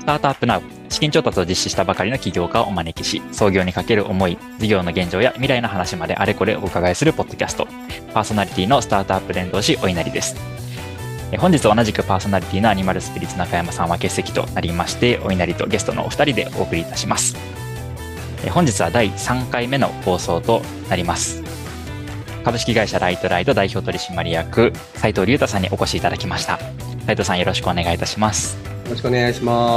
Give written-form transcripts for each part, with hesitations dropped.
スタートアップナウ、資金調達を実施したばかりの起業家をお招きし、創業にかける思い、事業の現状や未来の話まであれこれお伺いするポッドキャスト。パーソナリティのスタートアップ伝道師お稲荷です。本日同じくパーソナリティのアニマルスピリッツ中山さんは欠席となりまして、お稲荷とゲストのお二人でお送りいたします。本日は第3回目の放送となります。株式会社ライトライト代表取締役斉藤隆太さんにお越しいただきました。斉藤さん、よろしくお願いいたします。 よろしくお願いします。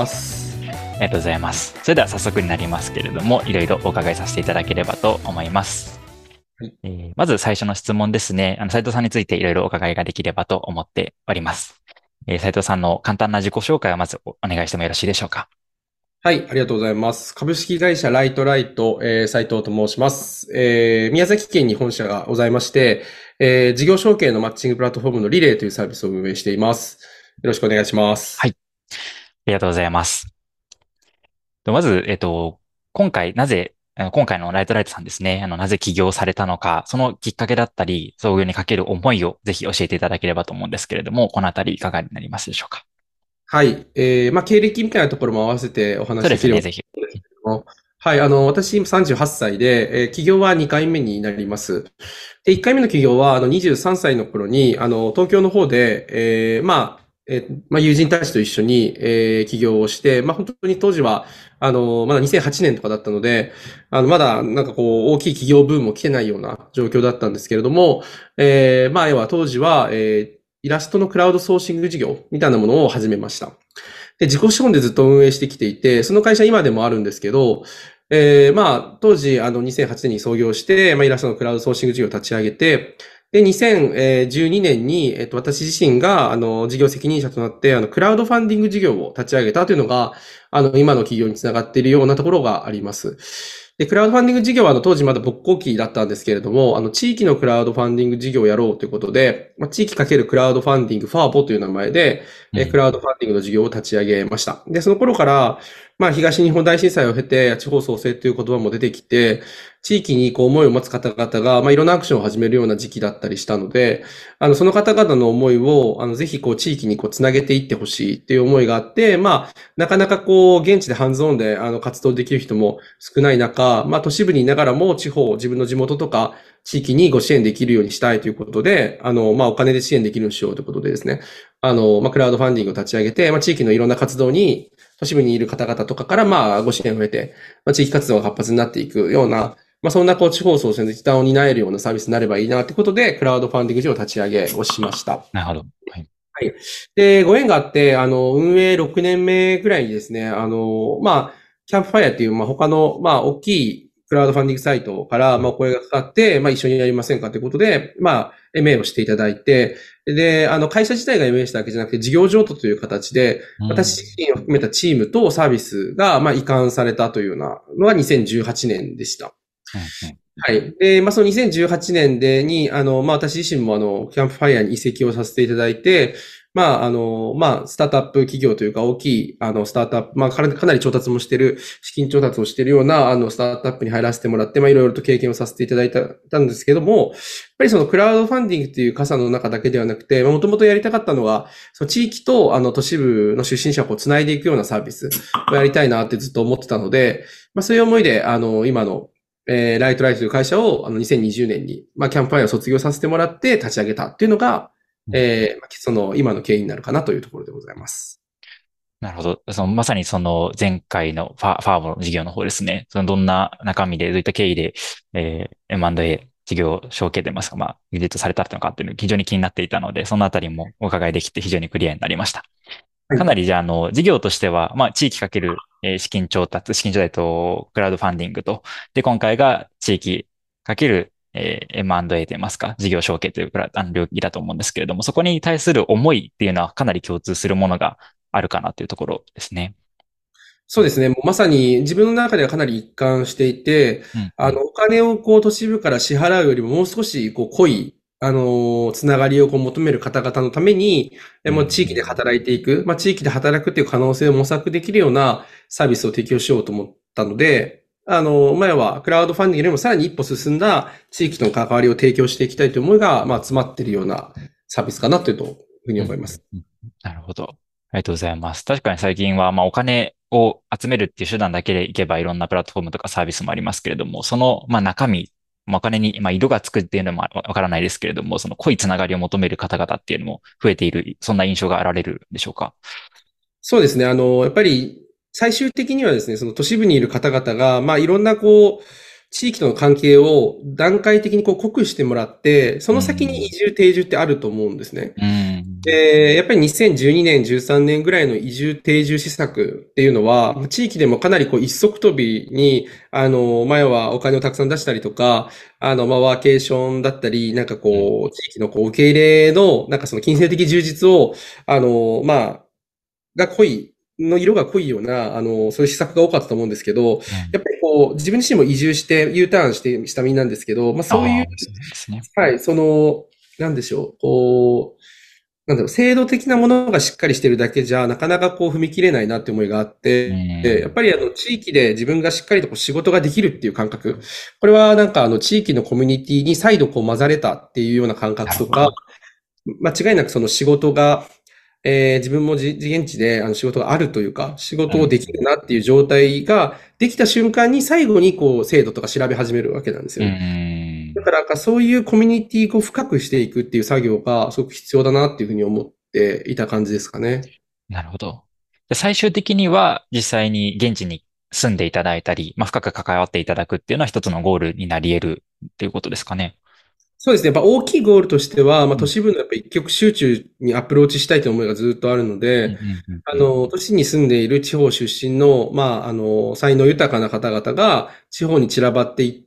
ありがとうございます。それでは早速になりますけれども、いろいろお伺いさせていただければと思います。はい。まず最初の質問ですね。斉藤さんについていろいろお伺いができればと思っております。斉藤さんの簡単な自己紹介をまずお願いしてもよろしいでしょうか。 はい、ありがとうございます。株式会社ライトライト、斉藤と申します。宮崎県に本社がございまして、事業承継のマッチングプラットフォームのリレーというサービスを運営しています。よろしくお願いします。 はい。ありがとうございます。まず、今回のライトライトさんですね、なぜ起業されたのか、そのきっかけだったり、創業にかける思いをぜひ教えていただければと思うんですけれども、このあたりいかがになりますでしょうか。 はい。経歴みたいなところも合わせてお話しできればと思うんですけども。はい。私、今38歳で、起業は2回目になります。で、1回目の起業は、23歳の頃に、東京の方で、友人たちと一緒に、起業をして、本当に当時は、まだ2008年とかだったので、まだ、大きい企業ブームも来てないような状況だったんですけれども、要は当時は、イラストのクラウドソーシング事業みたいなものを始めました。で、自己資本でずっと運営してきていて、その会社今でもあるんですけど、当時、2008年に創業して、イラストのクラウドソーシング事業を立ち上げて、で、2012年に、私自身が、事業責任者となって、クラウドファンディング事業を立ち上げたというのが、今の企業につながっているようなところがあります。で、クラウドファンディング事業は当時まだ勃興期だったんですけれども、地域のクラウドファンディング事業をやろうということで、地域かけるクラウドファンディングファーボという名前で、クラウドファンディングの事業を立ち上げました。で、その頃から、東日本大震災を経て、地方創生という言葉も出てきて、地域に思いを持つ方々が、いろんなアクションを始めるような時期だったりしたので、その方々の思いを、ぜひ地域につなげていってほしいっていう思いがあって、なかなか現地でハンズオンで、活動できる人も少ない中、都市部にいながらも地方、自分の地元とか、地域にご支援できるようにしたいということで、お金で支援できるようにしようということでですね、クラウドファンディングを立ち上げて、地域のいろんな活動に、都市部にいる方々とかからご支援を得て、地域活動が活発になっていくような、そんな地方創生の一端を担えるようなサービスになればいいなということで、クラウドファンディング事業を立ち上げをしました。 なるほど。はい。 はい。で、ご縁があって、運営6年目ぐらいにですね、キャンプファイヤーっていう、他の、大きいクラウドファンディングサイトから、お声がかかって、一緒にやりませんかということで、MA をしていただいて、で、会社自体が MA したわけじゃなくて、事業譲渡という形で、私自身を含めたチームとサービスが、移管されたというようなのが2018年でした。はい。で、その2018年私自身もキャンプファイヤーに移籍をさせていただいて、スタートアップ企業というか大きい、スタートアップ、かなり調達もしてる、資金調達をしているような、スタートアップに入らせてもらって、いろいろと経験をさせていただいたんですけども、やっぱりそのクラウドファンディングっていう傘の中だけではなくて、もともとやりたかったのは、その地域と、都市部の出身者をつないでいくようなサービスをやりたいなってずっと思ってたので、そういう思いで、今の、ライトライトという会社を2020年に、キャンプファイヤーを卒業させてもらって立ち上げたっていうのが、その今の経緯になるかなというところでございます。 なるほど。まさに前回のファーボの事業の方ですね。どんな中身で、どういった経緯で、M&A 事業承継といいますか、リリートされたのかっていうのが非常に気になっていたので、そのあたりもお伺いできて非常にクリアになりました。かなりじゃあ、事業としては、地域かける資金調達と、クラウドファンディングと、で、今回が地域かけるM&A といいますか、事業承継という領域だと思うんですけれども、そこに対する思いっていうのはかなり共通するものがあるかなというところですね。 そうですね。もうまさに自分の中ではかなり一貫していて、お金を都市部から支払うよりももう少し濃い、つながりを求める方々のために、もう地域で働いていく、地域で働くっていう可能性を模索できるようなサービスを提供しようと思ったので、前はクラウドファンディングよりもさらに一歩進んだ地域との関わりを提供していきたいという思いが、詰まっているようなサービスかなというふうに思います。 なるほど。ありがとうございます。確かに最近は、お金を集めるっていう手段だけでいけばいろんなプラットフォームとかサービスもありますけれども、その、まあ、中身、まあ、お金に、まあ、色がつくっていうのもわからないですけれども、その濃いつながりを求める方々っていうのも増えている、そんな印象があられるでしょうか？ そうですね。やっぱり最終的にはですね、その都市部にいる方々が、まあいろんな地域との関係を段階的に濃くしてもらって、そうの先に移ん。 住定住ってあると思うんですね。 うん。 で、やっぱり2012年、13年ぐらいの移住定住施策っていうのは、地域でもかなり一足飛びに、前はお金をたくさん出したりとか、ワーケーションだったり、なんかうん。 地域の受け入れの、なんかその金銭的充実を、濃い、の色が濃いような、そういう施策が多かったと思うんですけど、 うん。 やっぱり自分自身も移住して U ターンした身なんですけど、まあそういう、 ああ、そうなんですね。 はい、なんでしょう、なんだろう、制度的なものがしっかりしてるだけじゃ、なかなか踏み切れないなって思いがあっうて、やっん。 ぱり地域で自分がしっかりと仕事ができるっていう感覚、これはなんか地域のコミュニティに再度混ざれたっていうような感覚とか、 なるほど。 間違いなくその仕事が、自分も自現地で仕事があるというか、仕うん。 事をできるなっていう状態ができた瞬間に最後に制度とか調べ始めるわけなんですうよね。だん。 からなんかそういうコミュニティを深くしていくっていう作業がすごく必要だなっていうふうに思っていた感じですかね。 なるほど。で最終的には実際に現地に住んでいただいたり、まあ、深く関わっていただくっていうのは一つのゴールになり得るっていうことですかね？ そうですね。やっぱ大きいゴールとしては、まあ、 うん。 都市部のやっぱ一極集中にアプローチしたいという思いがずっとあるのうん。 で、 うん。うん。 都市に住んでいる地方出身の、才能豊かな方々が地方に散らばっていって、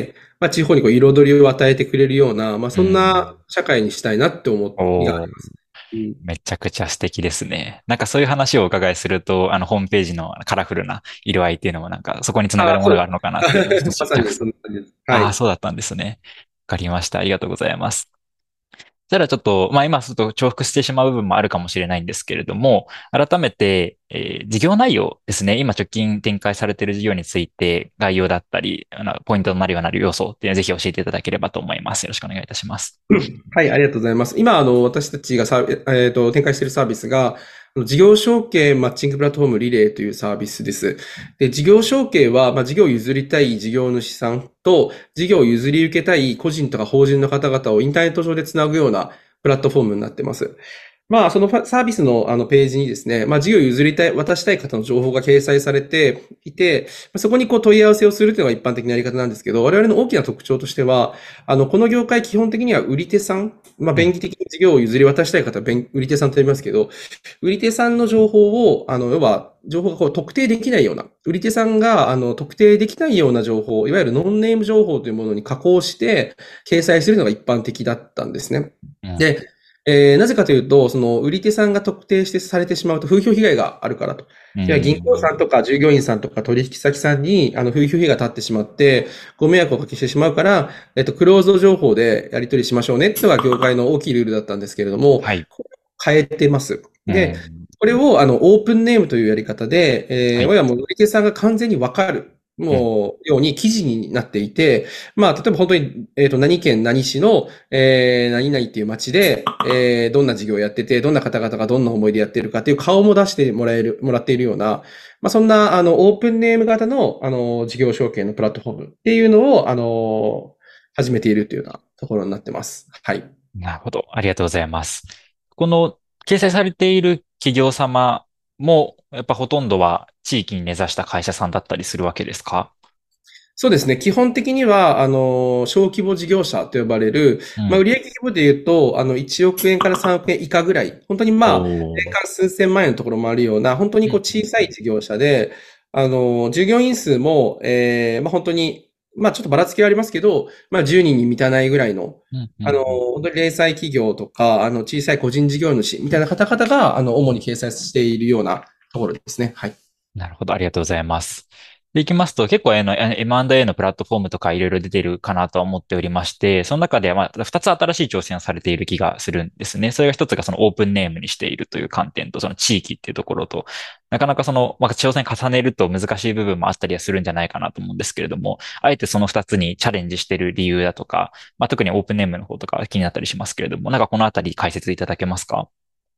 まあ、地方に彩りを与えてくれるような、まあ、 うそんなん。 社会にしたいなって思いがあおー、 ります。うん。 めちゃくちゃ素敵ですね。なんかそういう話をお伺いすると、ホームページのカラフルな色合いっていうのもなんかそこにつながああ、そうでるものがあるのかなっていうのを少す。まし着想。 さにそんな感じです。はああ、 い。 そうだったんですね。わかりました。ありがとうございます。じゃあちょっと、まあ今ちょっと重複してしまう部分もあるかもしれないんですけれども、改めて、事業内容ですね。今直近展開されている事業について概要だったり、ポイントとなるような要素っていうのをぜひ教えていただければと思います。よろしくお願いいたします。 はい、ありがとうございます。今、私たちが展開しているサービスが、事業承継マッチングプラットフォームリレーというサービスです。で、事業承継は、事業を譲りたい事業主さんと、事業を譲り受けたい個人とか法人の方々をインターネット上でつなぐようなプラットフォームになってます。そのサービスのページにですね、事業を譲りたい、渡したい方の情報が掲載されていて、そこに問い合わせをするというのが一般的なやり方なんですけど、我々の大きな特徴としては、この業界基本的には売り手さん、 うん。 便宜的に事業を譲り渡したい方は売り手さんと言いますけど、売り手さんの情報を、要は、情報が特定できないような、売り手さんが、特定できないような情報、いわゆるノンネーム情報というものに加工して、掲載するのが一般的だったんですね。 うん。 で、なぜかというと、その売り手さんが特定してされてしまうと風評被害があるからと。 ういや、銀行ん。 さんとか従業員さんとか取引先さんに、風評被害が立ってしまって、ご迷惑をおかけしてしまうから、クローズド情報でやり取りしましょうねっていうのが業界の大きいルールだったんですけれども、 はい。 変えてます。 うで、 ん。 これをオープンネームというやり方で、 はい。 親も売り手さんが完全にわかる。 うん。 ように記事になっていて、例えば本当に、何県何市の、何々っていう街で、どんな事業をやってて、どんな方々がどんな思いでやってるかっていう顔も出してもらっているような、そんな、オープンネーム型の、事業承継のプラットフォームっていうのを、始めているというようなところになってます。はい。 なるほど。ありがとうございます。この掲載されている企業様も、やっぱほとんどは地域に根ざした会社さんだったりするわけですか？ そうですね。基本的には、小規模事業者と呼ばれる、 うん。 売上規模で言うと、1億円から3億円以下ぐらい、本当におー。 年間数千万円のところもあるような、本当にうん。 小さい事業者で、従業員数も、本当に、ちょっとばらつきはありますけど、10人に満たないぐらいの、 うん。うん。うん。 本当に零細企業とか、小さい個人事業主みたいな方々が、主に掲載しているようなところですね。はい。 なるほど。ありがとうございます。で、いきますと、結構M&A のプラットフォームとかいろいろ出てるかなとは思っておりまして、その中では2つ新しい挑戦をされている気がするんですね。それが一つがそのオープンネームにしているという観点と、その地域っていうところと、なかなか挑戦重ねると難しい部分もあったりはするんじゃないかなと思うんですけれども、あえてその2つにチャレンジしている理由だとか、特にオープンネームの方とか気になったりしますけれども、なんかこのあたり解説いただけますか？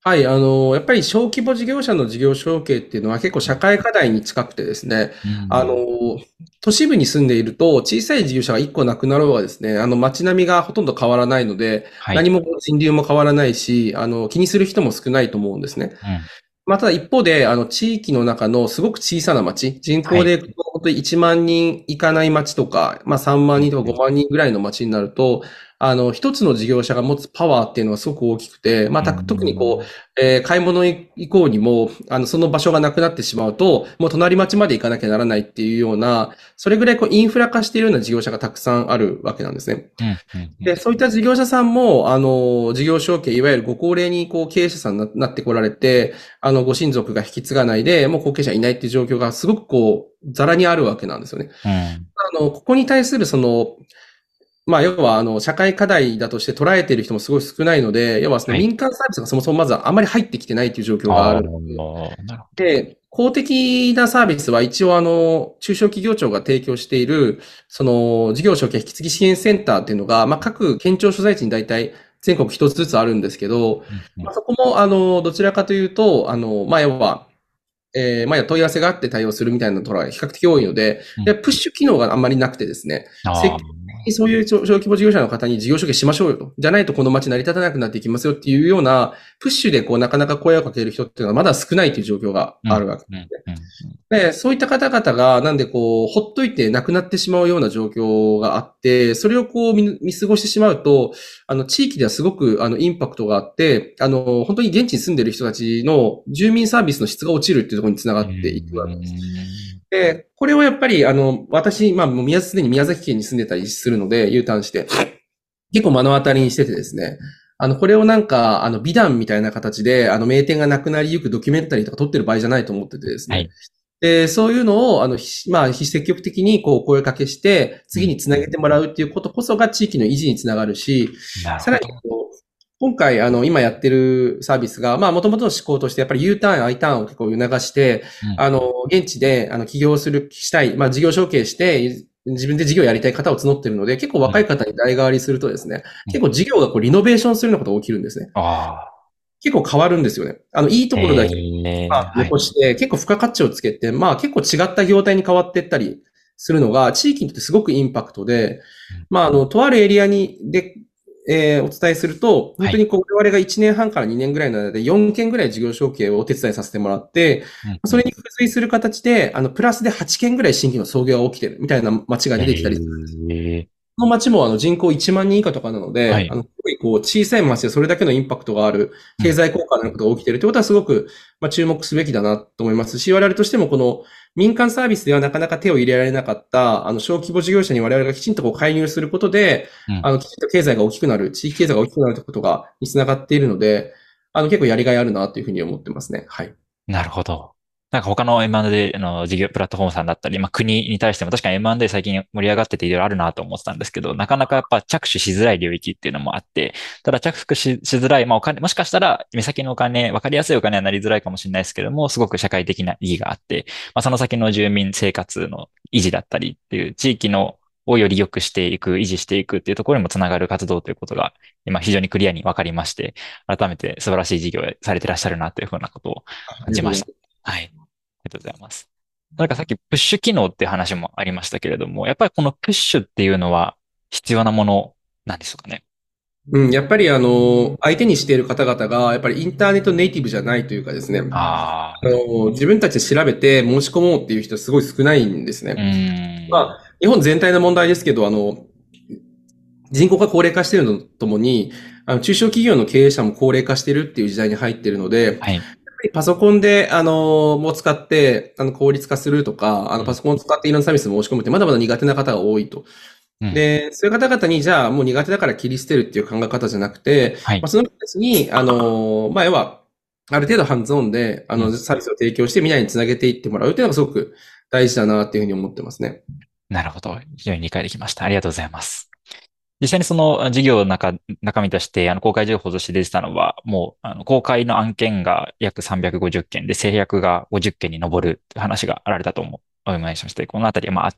はい、やっぱり小規模事業者の事業承継っていうのは結構社会課題に近くてですね、 うあの、 ん。 都市部に住んでいると小さい事業者が1個なくなろうがですね、街並みがほとんど変わらないので、 はい。 何も人流も変わらないし、気にする人も少ないと思うんですね。 うん。 まあ、ただ一方で、地域の中のすごく小さな町、人はい。 口で本当に1万人いかない町とか、まあ3万人とかうん。 5万人ぐらいの町になると、一つの事業者が持つパワーっていうのはすごく大きくて、まあ、 う特にこう、 ん。 買い物行こうにも、その場所がなくなってしまうと、もう隣町まで行かなきゃならないっていうような、それぐらいこうインフラ化しているような事業者がたくさんあるわけなんですね。 うん。うん。 で、そういった事業者さんも、事業承継、いわゆるご高齢にこう経営者さんになってこられて、ご親族が引き継がないで、もう後継者いないっていう状況がすごくこう、ざらにあるわけなんですよね。 うん。 ここに対するまあ、要は、社会課題だとして捉えている人もすごい少ないので、要はそのはい。 民間サービスがそもそもまずはあまり入ってきてないという状況があああ、 る。 なるほど。 で、公的なサービスは一応中小企業庁が提供している、事業承継引き継ぎ支援センターっていうのが、まあ、各県庁所在地に大体全国一つずつあるんですけど、 うん。うん。 まあ、そこも、どちらかというと、まあ、要は、まあ、問い合わせがあって対応するみたいなところが比較的多いので、 うん。 で、プッシュ機能があんまりなくてですね、積ああ、 極的にそういう小規模事業者の方に事業承継しましょうよと。じゃないとこの街成り立たなくなっていきますよっていうような、プッシュでこうなかなか声をかける人っていうのはまだ少ないという状況がうん。 あるわけうん。うん。うん。 で、そういった方々が、なんでこう、ほっといて亡くなってしまうような状況があって、それをこう見過ごしてしまうと、地域ではすごく、インパクトがあって、本当に現地に住んでいる人たちの住民サービスの質が落ちるっていうところにつながうっていくわけです。 ん。 で、これをやっぱり、私、まあ、もうすでに宮崎県に住んでたりするので、U ターンして、結構目の当たりにしててですね、これをなんか、美談みたいな形で、名店がなくなりゆくドキュメンタリーとか撮ってる場合じゃないと思っててですね。 はい。 で、そういうのを、まあ、積極的にこう声かけして、 うん。 次につなげてもらうっていうことこそが地域の維持につながるし、さらになるほど。 今回、今やってるサービスが、まあ、もともとの思考として、やっぱり U ターン、I ターンを結構促して、 うん。 現地で、起業したい、まあ、事業承継して、自分で事業やりたい方を募ってるので、結構うん。 若い方に代替わりするとですね、 うん。 結構事業がこうリノベーションするようなことが起きるんですね。 ああ。 結構変わるんですよね。いいところだけ、まあ、 はい。 残して、結構付加価値をつけて、まあ結構違った業態に変わっていったりするのが、地域にとってすごくインパクトで、 うん。 まあとあるエリアで、お伝えすると、本はい。 当にこう、我々が1年半から2年ぐらいの間で4件ぐらい事業承継をお手伝いさせてもらって、 うん。うん。 それに付随する形で、プラスで8件ぐらい新規の創業が起きてるみたいな街が出てきたりするんです。 ええ。 この町も人口1万人以下とかなので、 はい。 すごいこう小さい町でそれだけのインパクトがあるうん。 経済効果のようなことが起きているということはすごく、まあ、注目すべきだなと思いますし、我々としてもこの民間サービスではなかなか手を入れられなかった、小規模事業者に我々がきちんとこう介入することで、 うん。 きちんと経済が大きくなる、地域経済が大きくなるということが、につながっているので、結構やりがいあるなというふうに思ってますね。はい。 なるほど。なんか他の M&A の事業プラットフォームさんだったり、まあ国に対しても確かに M&A 最近盛り上がってていろいろあるなと思ってたんですけど、なかなかやっぱ着手しづらい領域っていうのもあって、ただ着手しづらい、まあお金、もしかしたら目先のお金、わかりやすいお金はなりづらいかもしれないですけども、すごく社会的な意義があって、まあその先の住民生活の維持だったりっていう地域のをより良くしていく、維持していくっていうところにもつながる活動ということが今非常にクリアにわかりまして、改めて素晴らしい事業をされてらっしゃるなというふうなことをあ感じました。 りがとうございます。 はい。ありがとうございます。なんかさっきプッシュ機能って話もありましたけれども、やっぱりこのプッシュっていうのは必要なものなんでしょうかね。 うん、やっぱり相手にしている方々が、やっぱりインターネットネイティブじゃないというかですね、 ああ、 自分たちで調べて申し込もうっていう人すごい少ないんですうね。 ーん。 まあ、日本全体の問題ですけど、人口が高齢化しているのとともに、中小企業の経営者も高齢化しているっていう時代に入っているので、やっぱはい。 りパソコンで、もう使って、効率化するとか、 うん。 パソコンを使っていろんなサービスを申し込むってまだまだ苦手な方が多いと。 うん。 で、そういう方々に、じゃあもう苦手だから切り捨てるっていう考え方じゃなくて、 はい。 まあ、その人たちに、まあ、要は、ある程度ハンズオンで、 うん。 サービスを提供して未来につなげていってもらうっていうのがすごく大事だなっていうふうに思ってますね。 なるほど。非常に理解できました。ありがとうございます。実際にその事業の中身として、公開情報として出てたのは、もう、公開の案件が約350件で、制約が50件に上るという話があられたと思いまして、このあたりはまああって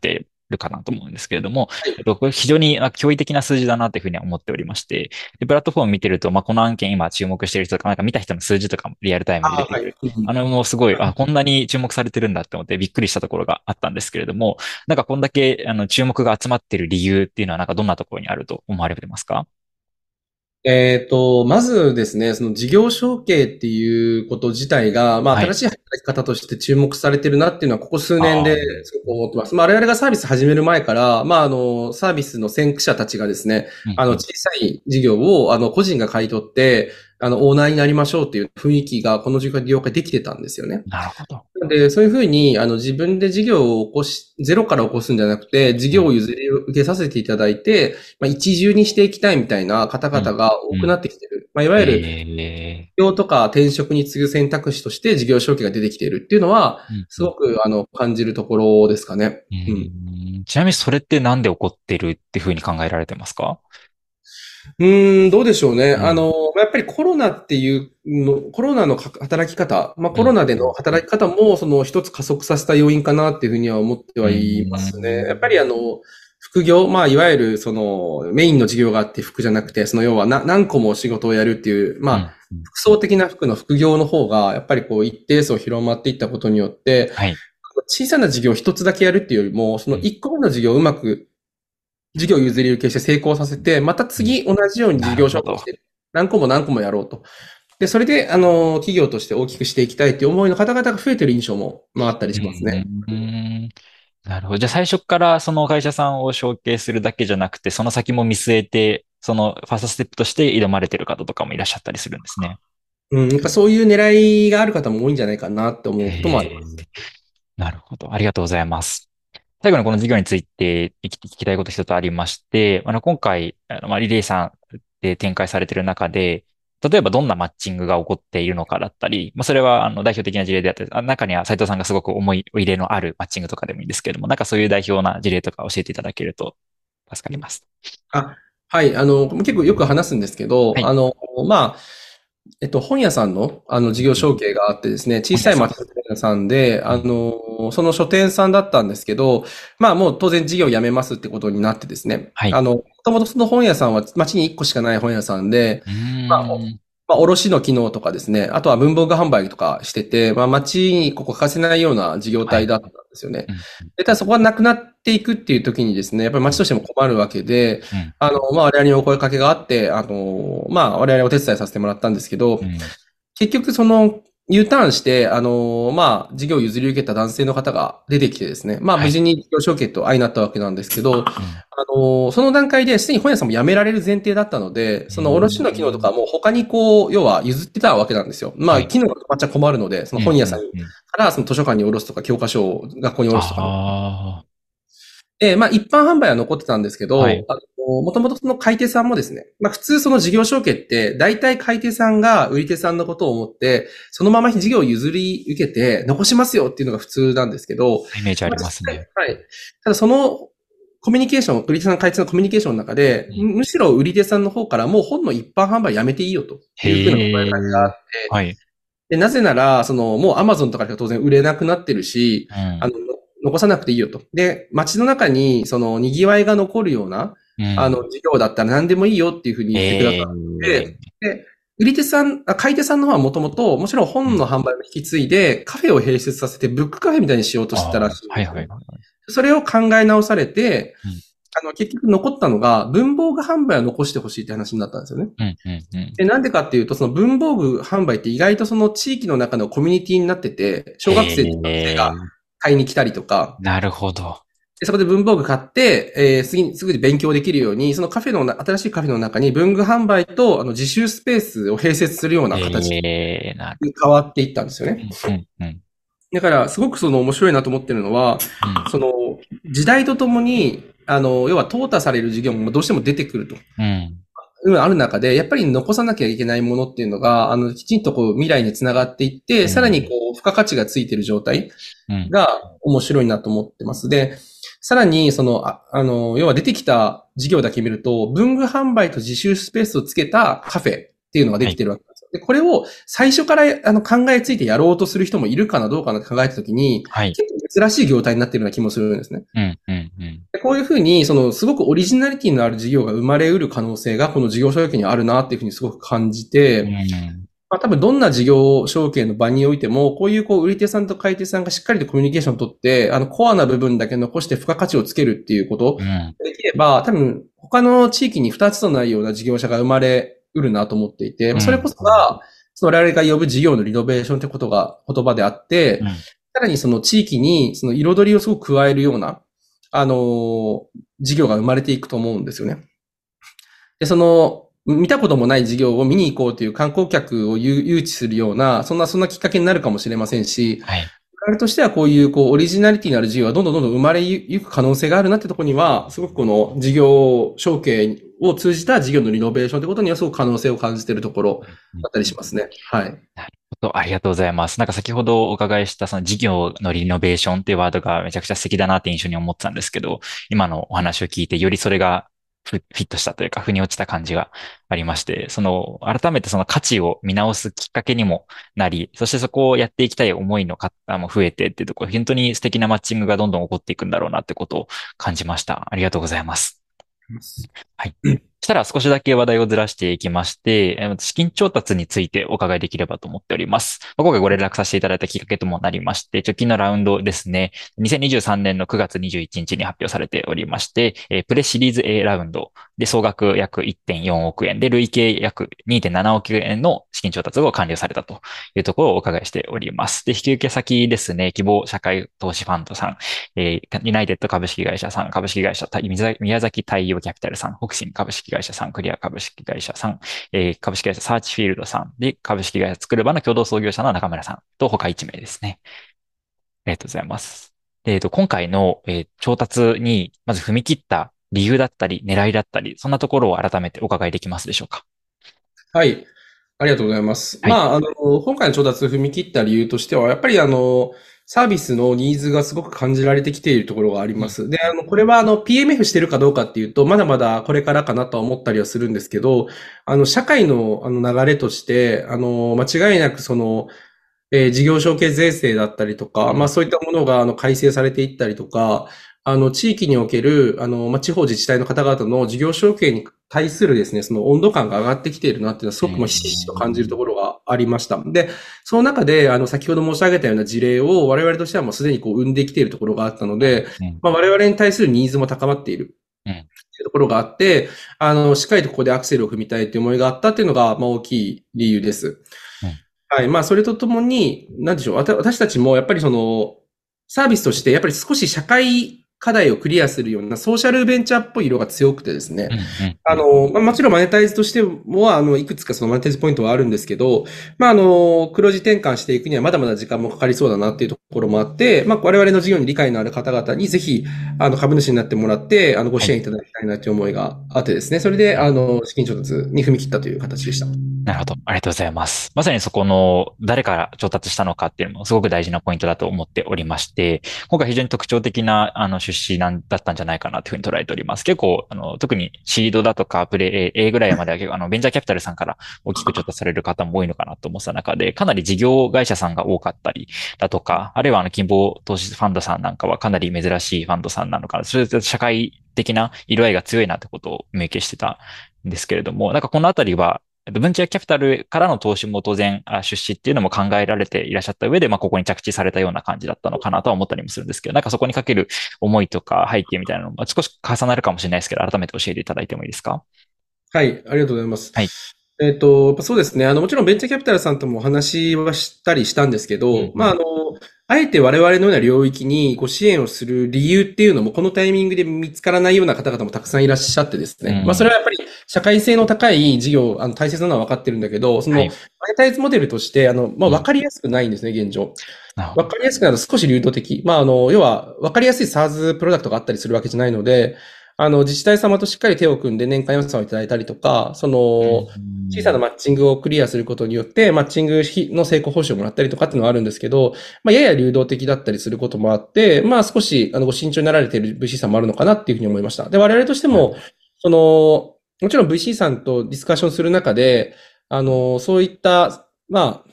るかなと思うんですけれども、 はい。 これ非常に驚異的な数字だなというふうには思っておりまして、で、プラットフォーム見てると、この案件今注目している人とか、なんか見た人の数字とかもリアルタイムで出ああ、はい。 てて、 うん。 もうすごい、こんなに注目されてるんだって思ってびっくりしたところがあったんですけれども、なんかこんだけ、注目が集まっている理由っていうのは、なんかどんなところにあると思われてますか？ まずですね、その事業承継っていうこと自体が、 はい。 新しい働き方として注目されてるなっていうのは、ここ数年ああ、 ですごく思ってます。我々がサービス始める前から、サービスの先駆者たちがですね、 うんうん。 小さい事業を、個人が買い取って、オーナーになりましょうっていう雰囲気が、この業界できてたんですよね。 なるほど。 で、そういうふうに、自分で事業を起こし、ゼロから起こすんじゃなくて、事うん、 業を譲り受けさせていただいて、一重にしていきたいみたいな方うん、 々がうん。 多くなってきてる。いわゆる、 ええ、 起業とか転職に次ぐ選択肢として事業承継が出てきているっていうのは、 うん、うん。 すごく、感じるところですかね。うん。 ちなみにそれってなんで起こってるっていうふうに考えられてますか？ どうでしょうね。 うん、 やっぱりコロナっていうの、コロナの働き方、コロうん、 ナでのうん、うん。 働き方も、その一つ加速させた要因かなっていうふうには思ってうはいますね。やっぱりん、 副業、いわゆるそのメインの事業があって副じゃなくて、その要は何個も仕事をやるっていう、 うん、うん。 複層的な副の副業の方が、やっぱりこう一定層広まっていったことによって、 はい。 小さな事業を一つだけやるっていうよりも、そのうん、 一個目の事業をうまく事業を譲り受けして成功させて、またうん。 次同じように事業なるほど。 承継して、何個も何個もやろうと。で、それで、企業として大きくしていきたいという思いの方々が増えている印象も、あったりうしますね。 ん。なるほど。じゃあ最初からその会社さんを承継するだけじゃなくて、その先も見据えて、そのファーストステップとして挑まれてる方とかもいらっしゃったりするんですね。 うん、やっぱそういう狙いがある方も多いんじゃないかなって思うこともありへえ、 ます。 なるほど。ありがとうございます。最後にこの事業について聞きたいこと一つありまして、今回、リレーさんで展開されている中で、例えばどんなマッチングが起こっているのかだったり、それは代表的な事例であったり、中には斉藤さんがすごく思い入れのあるマッチングとかでもいいんですけれども、なんかそういう代表な事例とか教えていただけると助かります。 あ、はい、結構よく話すんですけど、 はい。 まあ、本屋さんの、事業承継があってですね、小さい本屋さん。 町の本屋さんで、 うん。 その書店さんだったんですけど、もう当然事業をやめますってことになってですね、 はい。 もともとその本屋さんは町に1個しかない本屋さんで、 うまあ、 ーん。 卸の機能とかですね、あとは文房具販売とかしてて、町にここ欠かせないような事業はい。 体だったんですよね。 うん。 で、ただそこがなくなっていくっていう時にですね、やっぱりうん。 町としても困るわけで、 うん。 我々にお声かけがあって、我々お手伝いさせてもらったんですけど、 うん。 結局その U ターンして、事業を譲り受けた男性の方が出てきてですね、 はい。 無事に事業承継と相なったわけなんですけど、 うん。 その段階ですでに本屋さんも辞められる前提だったので、 うその卸の機能とーん。 かも他にこう、要は譲ってたわけなんですよ。 はい。 機能が止まっちゃ困るので、そのうん。 本屋さんうん。うん。 からその図書館に下ろすとか、教科書を学校に下ろすとか。 ああ。 で、一般販売は残ってたんですけど、 はい。 もともとその買い手さんもですね、普通その事業承継って、大体買い手さんが売り手さんのことを思って、そのまま事業を譲り受けて残しますよっていうのが普通なんですけど、 イメージありますね。 実際はい。ただそのコミュニケーション、売り手さん、買い手さんのコミュニケーションの中で、 うん。 むしろ売り手さんの方からもう本の一般販売やめていいよというふうなお声へえ。 掛けがあって、 はい。 で、なぜなら、もう Amazon とかでは当然売れなくなってるし、 うん。 残さなくていいよと。で、街の中に、賑わいが残るような、 うん。 事業だったら何でもいいよっていうふうに言ってくださえって、 え。 で、売り手さん、買い手さんの方はもともと、もちろんうん。 本の販売を引き継いで、カフェを併設させて、ブックカフェみたいにしようとしてたらああ、 しいんですね。 はいはいはい。 それを考え直されて、 うん。 結局残ったのが、文房具販売を残してほしいって話になったんですよね。 うん。うん。うん。 で、なんでかっていうと、その文房具販売って意外とその地域の中のコミュニティになってて、小学生、中学生がへえ。 買いに来たりとか、 なるほど。 でそこで文房具買って、すぐに勉強できるように、そのカフェの新しいカフェの中に文具販売と自習スペースを併設するような形ええ、 に変わっていったんですよね。 うん。うん。うん。 だから、すごくその面白いなと思ってるのは、 うん。 その時代とともに、要は淘汰される事業もどうしても出てくると。 うん。 ある中で、やっぱり残さなきゃいけないものっていうのが、きちんとこう未来につながっていって、さらにこう、付加価値がついている状態うん。 が面白いなと思ってます。で、さらに、要は出てきた事業だけ見ると、文具販売と自習スペースをつけたカフェっていうのがではい。 きてるわけなんですよ。で、これを最初から考えついてやろうとする人もいるかなどうかなって考えたときに、 はい。 結構珍しい業態になっているような気もするんですね。 うん。うん。うん。 こういうふうに、すごくオリジナリティのある事業が生まれうる可能性が、この事業承継にあるなっていうふうにすごく感じて、多分どんな事業承継の場においても、こういう売り手さんと買い手さんがしっかりとコミュニケーションを取って、コアな部分だけ残して付加価値をつけるっていうことができれば、多分他の地域に2つとないような事業者が生まれうるなと思っていて、それこそが、我々が呼ぶ事業のリノベーションってことが言葉であって、さらにその地域にその彩りをすごく加えるような、事業が生まれていくと思うんですよね。で、見たこともない事業を見に行こうという観光客を誘致するような、そんなきっかけになるかもしれませんし、 はい。 我々としてはこういう、オリジナリティのある事業がどんどん生まれゆく可能性があるなってところには、すごくこの事業承継を通じた事業のリノベーションってことにはすごく可能性を感じているところだったりしますね。はい。 なるほど。ありがとうございます。なんか先ほどお伺いしたその事業のリノベーションっていうワードがめちゃくちゃ素敵だなって印象に思ってたんですけど、今のお話を聞いてよりそれがフィットしたというか、腑に落ちた感じがありまして、改めてその価値を見直すきっかけにもなり、そしてそこをやっていきたい思いの方も増えてっていうところ、本当に素敵なマッチングがどんどん起こっていくんだろうなってことを感じました。ありがとうございます。はい。そしたら少しだけ話題をずらしていきまして、資金調達についてお伺いできればと思っております。今回ご連絡させていただいたきっかけともなりまして、直近のラウンドですね、2023年の9月21日に発表されておりまして、プレシリーズ A ラウンドで総額約1.4億円で累計約2.7億円の資金調達を完了されたというところをお伺いしております。で、引き受け先ですね、希望社会投資ファンドさん、ユナイテッド株式会社さん、株式会社宮崎太陽キャピタルさん、北進株式会社さん、クリア株式会社さん、株式会社サーチフィールドさんで、株式会社作る場の共同創業者の中村さんと他1名ですね。ありがとうございます。今回の、調達にまず踏み切った理由だったり、狙いだったり、そんなところを改めてお伺いできますでしょうか。 はい。ありがとうございます。 はい。 今回の調達を踏み切った理由としては、やっぱりサービスのニーズがすごく感じられてきているところがありうん。 ます。で、これはPMF してるかどうかっていうと、まだまだこれからかなとは思ったりはするんですけど、社会の流れとして、間違いなく事業承継税制だったりとか、まあそういったものが改正されていったりとか、地域における、地方自治体の方々の事業承継に対するですね、その温度感が上がってきているなっていうのはすごくひしひしと感じるところがありました。で、その中で、先ほど申し上げたような事例を我々としてはもうすでに生んできているところがあったので、我々に対するニーズも高まっている。っていうところがあって、しっかりとここでアクセルを踏みたいという思いがあったっていうのが、大きい理由です。はい。それとともに、なんでしょう。私たちもやっぱりサービスとして、やっぱり少し社会課題をクリアするようなソーシャルベンチャーっぽい色が強くてですね。もちろんマネタイズとしても、いくつかそのマネタイズポイントはあるんですけど、黒字転換していくにはまだまだ時間もかかりそうだなっていうところもあって、我々の事業に理解のある方々にぜひ、株主になってもらって、ご支援いただきたいなという思いがあってですね。それで、資金調達に踏み切ったという形でした。 なるほど。ありがとうございます。まさにそこの誰から調達したのかっていうのもすごく大事なポイントだと思っておりまして、今回非常に特徴的な出資だったんじゃないかなというふうに捉えております。結構、特にシードだとかプレイ A ぐらいまでは結構ベンチャーキャピタルさんから大きく調達される方も多いのかなと思った中で、かなり事業会社さんが多かったりだとか、あるいは希望投資ファンドさんなんかはかなり珍しいファンドさんなのかな。それで社会的な色合いが強いなってことを明記してたんですけれども、なんかこのあたりは、ベンチャーキャピタルからの投資も当然出資っていうのも考えられていらっしゃった上で、ここに着地されたような感じだったのかなとは思ったりもするんですけど、なんかそこにかける思いとか背景みたいなのも少し重なるかもしれないですけど、改めて教えていただいてもいいですか？ はい、ありがとうございます。 はい。 やっぱそうですね。もちろんベンチャーキャピタルさんともお話はしたりしたんですけど、あえて我々のような領域にご支援をする理由っていうのも、このタイミングで見つからないような方々もたくさんいらっしゃってですね。それはやっぱり社会性の高い事業、大切なのは分かってるんだけど、マネタイズモデルとして、分かりやすくないんですね、現状。分かりやすくなると少し流動的。要は、分かりやすい SaaS プロダクトがあったりするわけじゃないので、自治体様としっかり手を組んで年間予算をいただいたりとか、小さなマッチングをクリアすることによって、マッチングの成功報酬をもらったりとかっていうのはあるんですけど、やや流動的だったりすることもあって、少し、ご慎重になられている VC さんもあるのかなっていうふうに思いました。で、我々としても、もちろん VC さんとディスカッションする中で、そういった、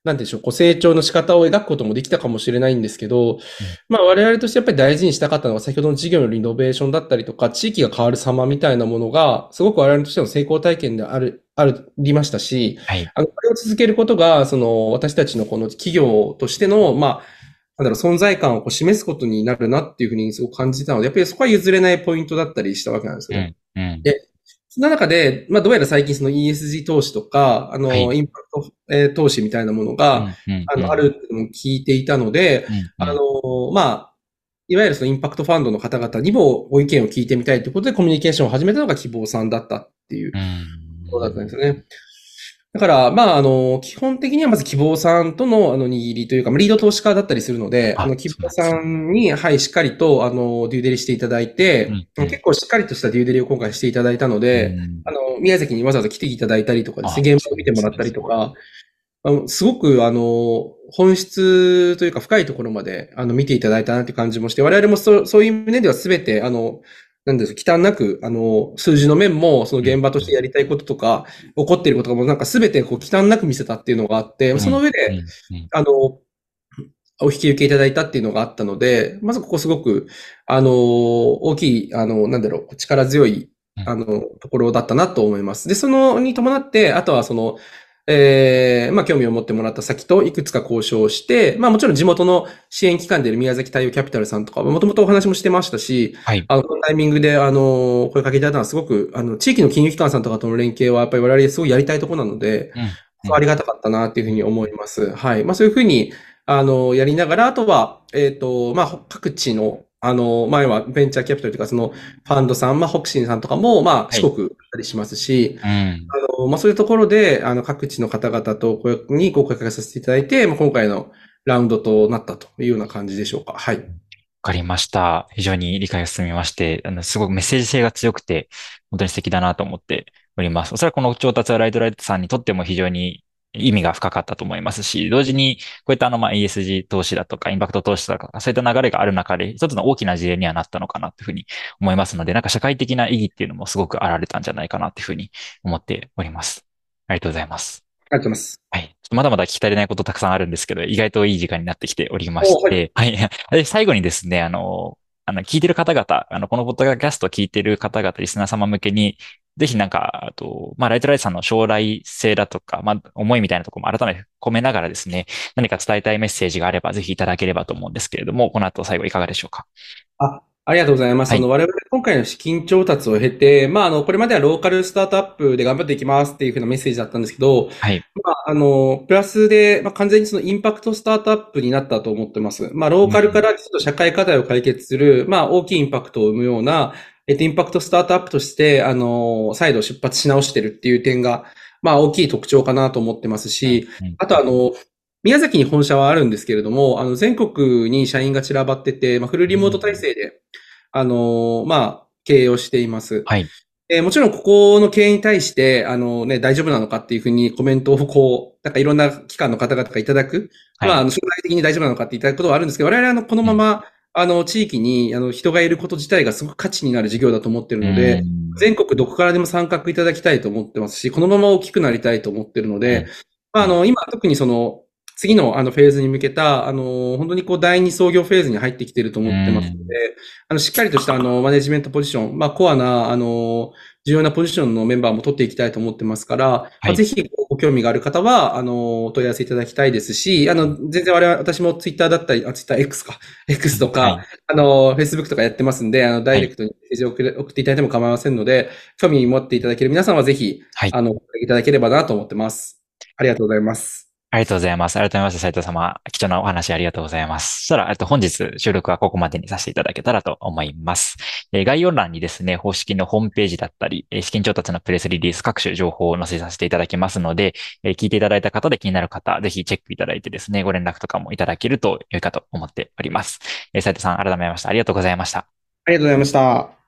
なんていうんでしょう、こう成長の仕方を描くこともできたかもしれないんですけど、 うん、 まあ我々としてやっぱり大事にしたかったのは先ほどの事業のリノベーションだったりとか、地域が変わる様みたいなものが、すごく我々としての成功体験でありましたし、 はい。 これを続けることが、私たちのこの企業としての、まあ、存在感をこう示すことになるなっていうふうにすごく感じたので、やっぱりそこは譲れないポイントだったりしたわけなんですよね。 うん、うん。 で、その中で、まあ、どうやら最近その ESG 投資とか、 はい。 インパクト、投資みたいなものが、 うん、うん、うん。 あるっていうのも聞いていたので、 うん、うん。 まあ、いわゆるそのインパクトファンドの方々にもご意見を聞いてみたいということでコミュニケーションを始めたのが希望さんだったっていううことだったんでん。 すよね。だから、まあ、基本的にはまず希望さんとの、握りというか、まあリード投資家だったりするので、 あ、 希望さそうなんですね。 んに、はい、しっかりと、デューデリしていただいて、 うん、うん。 結構しっかりとしたデューデリを今回していただいたので、 うん。 宮崎にわざわざ来ていただいたりとかですあ、 ね、現場をそうなんですね。 見てもらったりすごい。 とか、すごく、本質というか深いところまで、見ていただいたなって感じもして、我々もそういう面ではすべて、なんですか、忌憚なく、数字の面も、そのうん、 現場としてやりたいこととか、起こっていることがもうなんかすべて、こう、忌憚なく見せたっていうのがあって、 うん、 その上で、 うん、うん。 あの、お引き受けいただいたっていうのがあったので、まずここすごく、大きい、力強い、 うん。 ところだったなと思います。で、に伴って、あとはまあ、興味を持ってもらった先といくつか交渉して、まあ、もちろん地元の支援機関である宮崎太陽キャピタルさんとか、もともとお話もしてましたし、 はい。 このタイミングで、声かけいただいたのはすごく、地域の金融機関さんとかとの連携は、やっぱり我々すごいやりたいところなので、 うん、うん。 ありがたかったなっていうふうにうん、 思います。はい。まあ、そういうふうに、やりながら、あとは、まあ、各地の、前はベンチャーキャピタルというか、その、ファンドさん、まあ、ホクシンさんとかも、まあ、 はい。 四国だったりしますし、 うん。 まあ、そういうところで、各地の方々とご声掛けさせていただいて、まあ、今回のラウンドとなったというような感じでしょうか。はい。 わかりました。非常に理解が進みまして、すごくメッセージ性が強くて、本当に素敵だなと思っております。おそらくこの調達はライトさんにとっても非常に意味が深かったと思いますし、同時に、こういったまあ、ESG 投資だとか、インパクト投資だとか、そういった流れがある中で、一つの大きな事例にはなったのかなというふうに思いますので、なんか社会的な意義っていうのもすごくあられたんじゃないかなというふうに思っております。ありがとうございます。 ありがとうございます。 はい。ちょっとまだまだ聞き足りないことたくさんあるんですけど、意外といい時間になってきておりましお、はい。 て、はい。で、最後にですね、聞いてる方々、このポッドキャストを聞いてる方々、リスナー様向けに、ぜひなんか、まあ、ライトライトさんの将来性だとか、まあ、思いみたいなところも改めて込めながらですね、何か伝えたいメッセージがあれば、ぜひいただければと思うんですけれども、この後最後いかがでしょうか。 ありがとうございます。 はい。 我々今回の資金調達を経て、まあ、これまではローカルスタートアップで頑張っていきますっていうふうなメッセージだったんですけど、 はい。 まあ、プラスで、まあ、完全にそのインパクトスタートアップになったと思ってます。まあ、ローカルかうん。 らちょっと社会課題を解決する、まあ、大きいインパクトを生むような、インパクトスタートアップとして、再度出発し直してるっていう点が、まあ、大きい特徴かなと思ってますうん。 し、 うん。 あと宮崎に本社はあるんですけれども、全国に社員が散らばってて、まあ、フルうん。 リモート体制で、まあ、経営をしています。 はい。 もちろん、ここの経営に対して、大丈夫なのかっていうふうにコメントをなんかいろんな機関の方々がいただく。まあ、 はい。 将来的に大丈夫なのかっていただくことはあるんですけど、我々はこのうん。 まま、地域に、人がいること自体がすごく価値になる事業だと思っているうので、 ん。 全国どこからでも参画いただきたいと思ってますし、このまま大きくなりたいと思っているので、 うん。 まあ、 うん。 今、特に次のフェーズに向けた、本当にこう第二創業フェーズに入ってきているとう思ってますのん。 で、しっかりとしたマネジメントポジション、まあ、コアな、重要なポジションのメンバーも取っていきたいと思ってますから、まあ、ぜはい。 ひご興味がある方は、お問い合わせいただきたいですし、全然私もツイッターだったり、ツイッター X か、X とか、 はい。 Facebook とかやってますんで、ダはい。 イレクトにメッセージを送っていただいても構いませんので、興味持っていただける皆さんはぜひ、 はい。 いただければなと思ってます。ありがとうございます。 ありがとうございます。改めまして斉藤様、貴重なお話ありがとうございます。そしたら、本日収録はここまでにさせていただけたらと思います。概要欄にですね、方式のホームページだったり、資金調達のプレスリリース各種情報を載せさせていただきますので、聞いていただいた方で気になる方、ぜひチェックいただいてですね、ご連絡とかもいただけると良いかと思っております。斉藤さん、改めましてありがとうございました。 ありがとうございました。